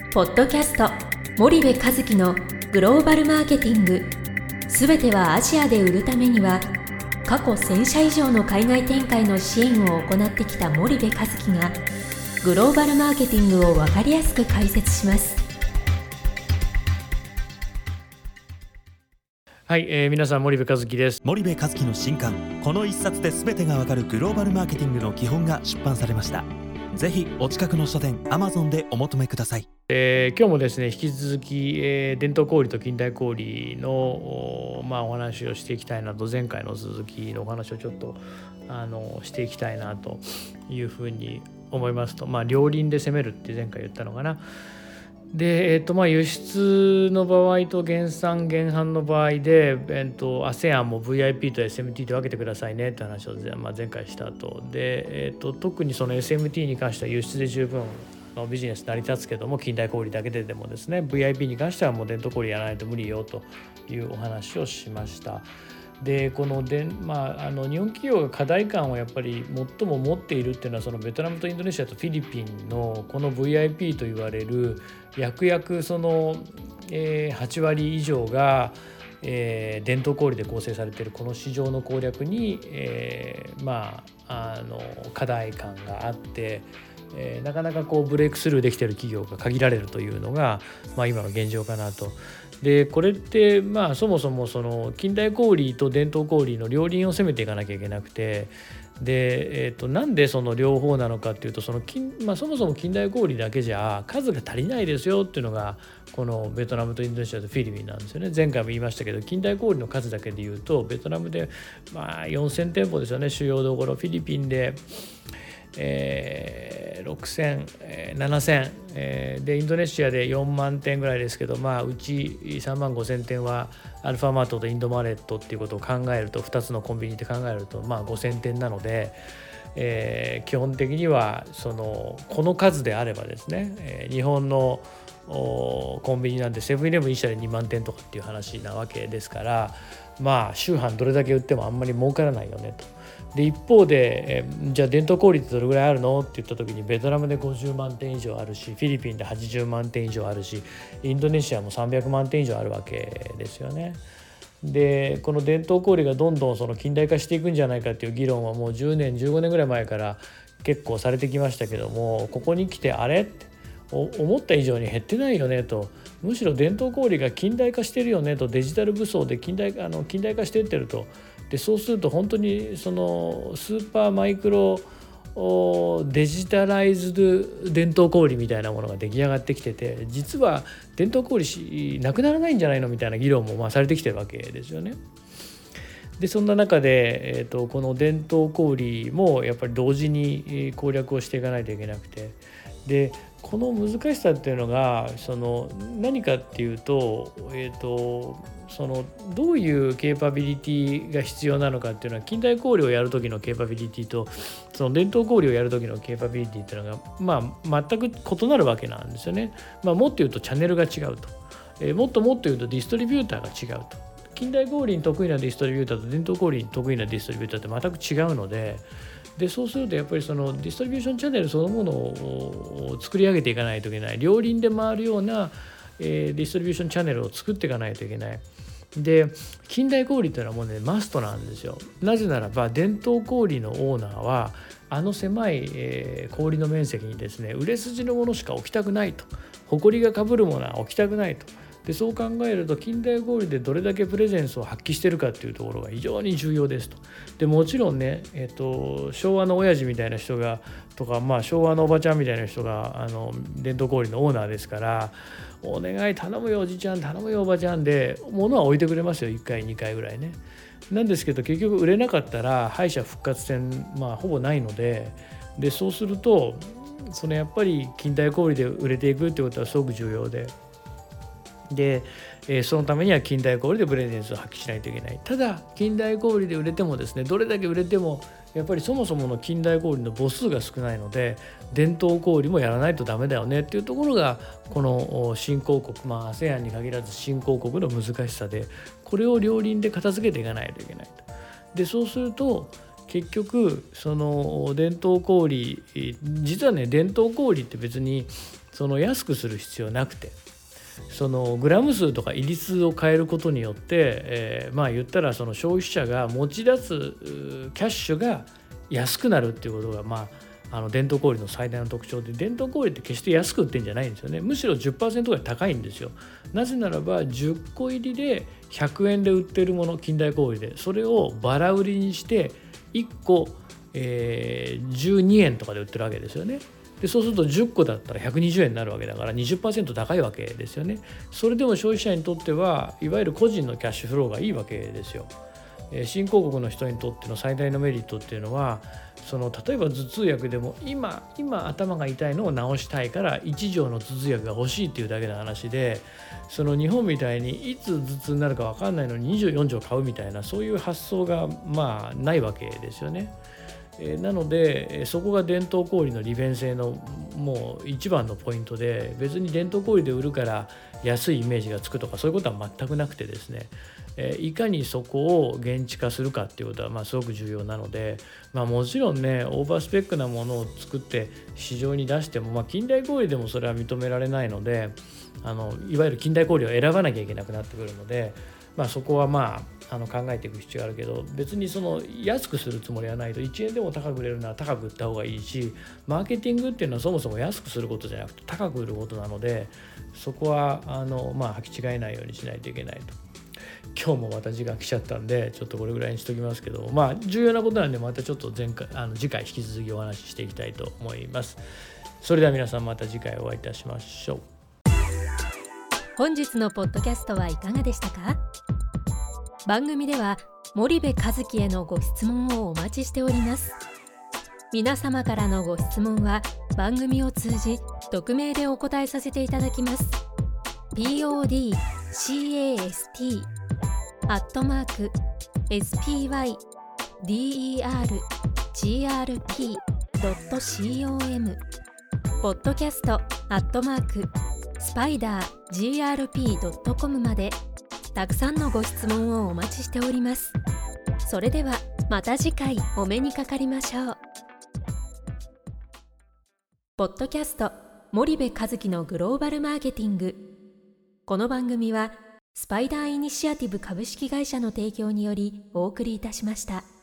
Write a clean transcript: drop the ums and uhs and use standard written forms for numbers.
ポッドキャスト森部一樹のグローバルマーケティング、すべてはアジアで売るためには、過去1000社以上の海外展開の支援を行ってきた森部一樹がグローバルマーケティングを分かりやすく解説します。 はい、皆さん森部一樹です。 森部一樹の新刊、この一冊で全てがわかるグローバルマーケティングの基本が出版されました。ぜひお近くの書店 Amazon でお求めください。 今日もですね、引き続き、伝統小売と近代小売のお話をしていきたいなと、前回の続きのお話をちょっとしていきたいなというふうに思いますと、両輪で攻めるって前回言ったのかな。で、輸出の場合と減産減販の場合で、ASEAN も VIP と SMT で分けてくださいねって話を前回した後で、特にその SMT に関しては輸出で十分ビジネス成り立つけども、近代小売だけでもですね、 VIP に関してはもう伝統小売やらないと無理よというお話をしました。でこの日本企業が課題感をやっぱり最も持っているっていうのは、そのベトナムとインドネシアとフィリピンのこの VIP と言われる約その、8割以上が、伝統小売で構成されているこの市場の攻略に、課題感があって、なかなかブレイクスルーできている企業が限られるというのが、今の現状かなと。でこれってそもそもその近代小売と伝統小売の両輪を攻めていかなきゃいけなくて、で、なんでその両方なのかっていうと、そもそも近代小売だけじゃ数が足りないですよっていうのがこのベトナムとインドネシアとフィリピンなんですよね。前回も言いましたけど、近代小売の数だけでいうとベトナムで4000店舗ですよね、主要どころ。フィリピンで6000、7000、でインドネシアで4万店ぐらいですけど、うち3万5000店はアルファマートとインドマレットっていうことを考えると、2つのコンビニで考えると5000店なので、基本的にはこの数であればですね、日本のコンビニなんてセブンイレブン1社で2万店とかっていう話なわけですから、週販どれだけ売ってもあんまり儲からないよねと。で一方で、じゃあ伝統小売ってどれぐらいあるのって言った時に、ベトナムで50万店以上あるし、フィリピンで80万店以上あるし、インドネシアも300万店以上あるわけですよね。でこの伝統小売がどんどんその近代化していくんじゃないかっていう議論はもう10年15年ぐらい前から結構されてきましたけども、ここに来てあれって思った以上に減ってないよねと、むしろ伝統小売が近代化してるよねと、デジタル武装で近代化していってると。でそうすると本当にそのスーパーマイクロデジタライズド伝統小売みたいなものが出来上がってきてて、実は伝統小売なくならないんじゃないのみたいな議論もされてきてるわけですよね。でそんな中で、この伝統小売もやっぱり同時に攻略をしていかないといけなくて、でこの難しさっていうのが何かっていうと、どういうケーパビリティが必要なのかっていうのは、近代小売をやる時のケーパビリティとその伝統小売をやる時のケーパビリティっていうのが、全く異なるわけなんですよね。もっと言うとチャンネルが違うと、もっと言うとディストリビューターが違うと。近代小売に得意なディストリビューターと伝統小売に得意なディストリビューターって全く違うので、そうするとやっぱりそのディストリビューションチャンネルそのものを作り上げていかないといけない。両輪で回るような、ディストリビューションチャンネルを作っていかないといけない。で近代小売っていうのはもうねマストなんですよ。なぜならば伝統小売のオーナーは狭い、小売の面積にですね、売れ筋のものしか置きたくないと、埃がかぶるものは置きたくないと。でそう考えると近代小売でどれだけプレゼンスを発揮しているかっていうところが非常に重要ですと。でもちろんね、昭和の親父みたいな人がとか、昭和のおばちゃんみたいな人が伝統小売のオーナーですから、お願い頼むよおじちゃん、頼むよおばちゃんで物は置いてくれますよ、1回2回ぐらいね。なんですけど結局売れなかったら敗者復活戦ほぼないので、そうするとやっぱり近代小売で売れていくってことはすごく重要で。そのためには近代小売でプレゼンスを発揮しないといけない。ただ近代小売で売れてもですね、どれだけ売れてもやっぱりそもそもの近代小売の母数が少ないので、伝統小売もやらないとダメだよねっていうところがこの新興国、ASEAN に限らず新興国の難しさで、これを両輪で片付けていかないといけないと。でそうすると結局その伝統小売、実はね伝統小売って別にその安くする必要なくて、そのグラム数とか入り数を変えることによって、言ったらその消費者が持ち出すキャッシュが安くなるっていうことが伝統小売の最大の特徴で、伝統小売って決して安く売ってんじゃないんですよね。むしろ 10% ぐらい高いんですよ。なぜならば10個入りで100円で売ってるもの、近代小売でそれをバラ売りにして1個、12円とかで売ってるわけですよね。でそうすると10個だったら120円になるわけだから 20% 高いわけですよね。それでも消費者にとってはいわゆる個人のキャッシュフローがいいわけですよ。新興国の人にとっての最大のメリットっていうのは、その例えば頭痛薬でも今頭が痛いのを治したいから1錠の頭痛薬が欲しいっていうだけの話で、その日本みたいにいつ頭痛になるか分かんないのに24錠買うみたいな、そういう発想がないわけですよね。なのでそこが伝統小売の利便性のもう一番のポイントで、別に伝統小売で売るから安いイメージがつくとかそういうことは全くなくてですね、いかにそこを現地化するかっていうことはすごく重要なので、もちろんねオーバースペックなものを作って市場に出しても、近代小売でもそれは認められないので、いわゆる近代小売を選ばなきゃいけなくなってくるので、そこは考えていく必要があるけど、別にその安くするつもりはないと、1円でも高く売れるなら高く売った方がいいし、マーケティングっていうのはそもそも安くすることじゃなくて高く売ることなので、そこは履き違えないようにしないといけないと。今日もまた時間来ちゃったんでちょっとこれぐらいにしときますけど、重要なことなんでまたちょっと次回引き続きお話ししていきたいと思います。それでは皆さんまた次回お会いいたしましょう。 本日のポッドキャストはいかがでしたか？番組では森部一樹へのご質問をお待ちしております。皆様からのご質問は番組を通じ匿名でお答えさせていただきます。podcast@spydergrp.com podcast@spidergrp.com までたくさんのご質問をお待ちしております。それではまた次回お目にかかりましょう。ポッドキャスト森部一樹のグローバルマーケティング。この番組はスパイダーイニシアティブ株式会社の提供によりお送りいたしました。